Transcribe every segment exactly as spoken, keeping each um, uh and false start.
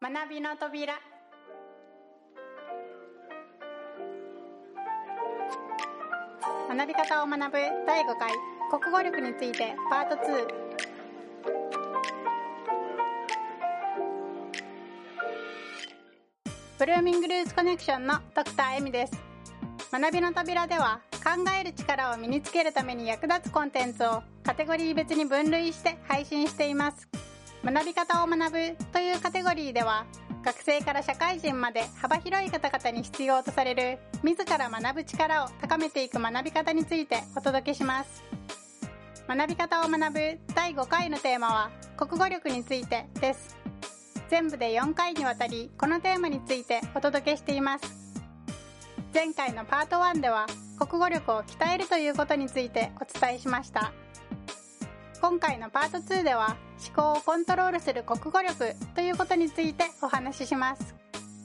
学びの扉。学び方を学ぶだいごかい、国語力についてパートツー。ブルーミングルーツコネクションのドクターエミです。学びの扉では、考える力を身につけるために役立つコンテンツをカテゴリー別に分類して配信しています。学び方を学ぶというカテゴリーでは、学生から社会人まで幅広い方々に必要とされる自ら学ぶ力を高めていく学び方についてお届けします。学び方を学ぶだいごかいのテーマは国語力についてです。全部でよんかいにわたりこのテーマについてお届けしています。前回のパートワンでは国語力を鍛えるということについてお伝えしました。今回のパートツーでは思考をコントロールする国語力ということについてお話しします。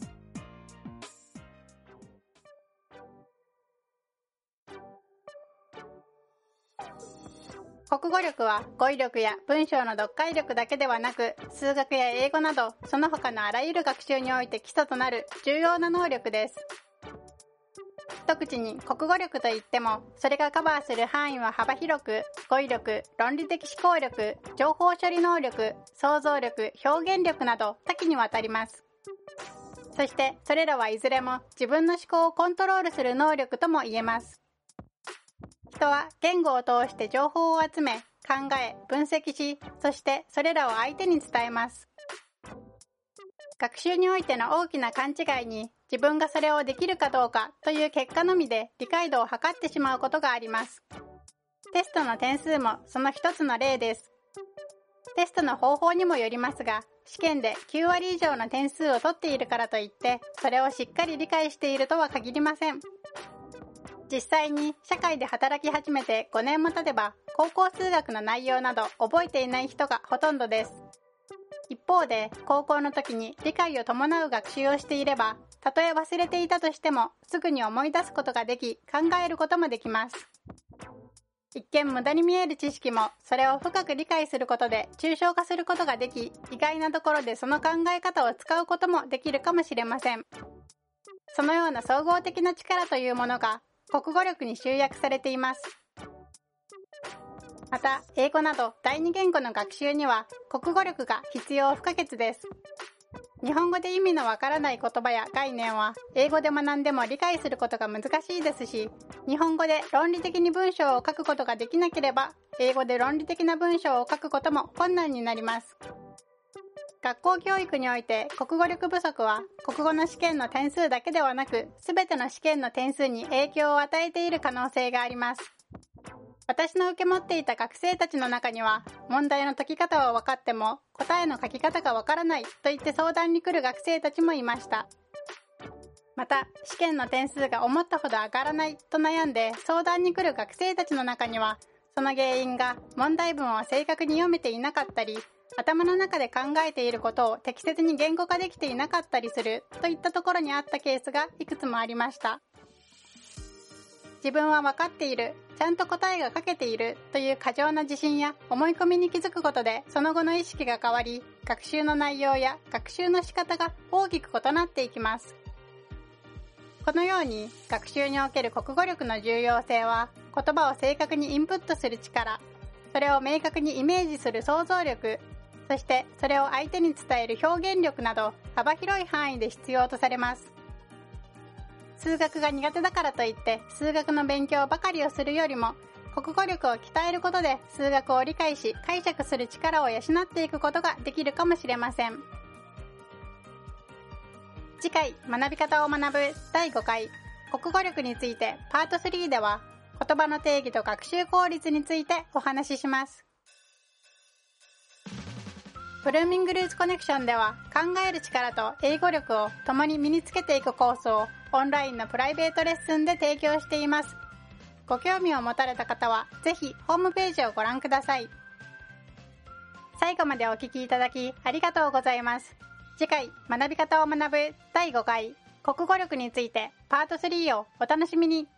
国語力は語彙力や文章の読解力だけではなく、数学や英語などその他のあらゆる学習において基礎となる重要な能力です。一口に国語力といっても、それがカバーする範囲は幅広く、語彙力、論理的思考力、情報処理能力、想像力、表現力など多岐にわたります。そしてそれらはいずれも自分の思考をコントロールする能力とも言えます。人は言語を通して情報を集め、考え、分析し、そしてそれらを相手に伝えます。学習においての大きな勘違いに、自分がそれをできるかどうかという結果のみで理解度を測ってしまうことがあります。テストの点数もその一つの例です。テストの方法にもよりますが、試験できゅうわり以上の点数を取っているからといって、それをしっかり理解しているとは限りません。実際に社会で働き始めてごねんも経てば、高校数学の内容など覚えていない人がほとんどです。一方で、高校の時に理解を伴う学習をしていれば、たとえ忘れていたとしても、すぐに思い出すことができ、考えることもできます。一見無駄に見える知識も、それを深く理解することで抽象化することができ、意外なところでその考え方を使うこともできるかもしれません。そのような総合的な力というものが、国語力に集約されています。また、英語など第二言語の学習には国語力が必要不可欠です。日本語で意味のわからない言葉や概念は英語で学んでも理解することが難しいですし、日本語で論理的に文章を書くことができなければ、英語で論理的な文章を書くことも困難になります。学校教育において国語力不足は国語の試験の点数だけではなく、すべての試験の点数に影響を与えている可能性があります。私の受け持っていた学生たちの中には、問題の解き方は分かっても答えの書き方が分からないと言って相談に来る学生たちもいました。また、試験の点数が思ったほど上がらないと悩んで相談に来る学生たちの中には、その原因が問題文を正確に読めていなかったり、頭の中で考えていることを適切に言語化できていなかったりするといったところにあったケースがいくつもありました。自分は分かっている、ちゃんと答えが書けているという過剰な自信や思い込みに気づくことで、その後の意識が変わり、学習の内容や学習の仕方が大きく異なっていきます。このように学習における国語力の重要性は、言葉を正確にインプットする力、それを明確にイメージする想像力、そしてそれを相手に伝える表現力など幅広い範囲で必要とされます。数学が苦手だからといって数学の勉強ばかりをするよりも、国語力を鍛えることで数学を理解し解釈する力を養っていくことができるかもしれません。次回、学び方を学ぶだいごかい、国語力についてパートスリーでは、言葉の定義と学習効率についてお話しします。ブルーミングルーツコネクションでは、考える力と英語力を共に身につけていくコースをオンラインのプライベートレッスンで提供しています。ご興味を持たれた方は、ぜひホームページをご覧ください。最後までお聞きいただきありがとうございます。次回、学び方を学ぶだいごかい、国語力についてパートスリーをお楽しみに。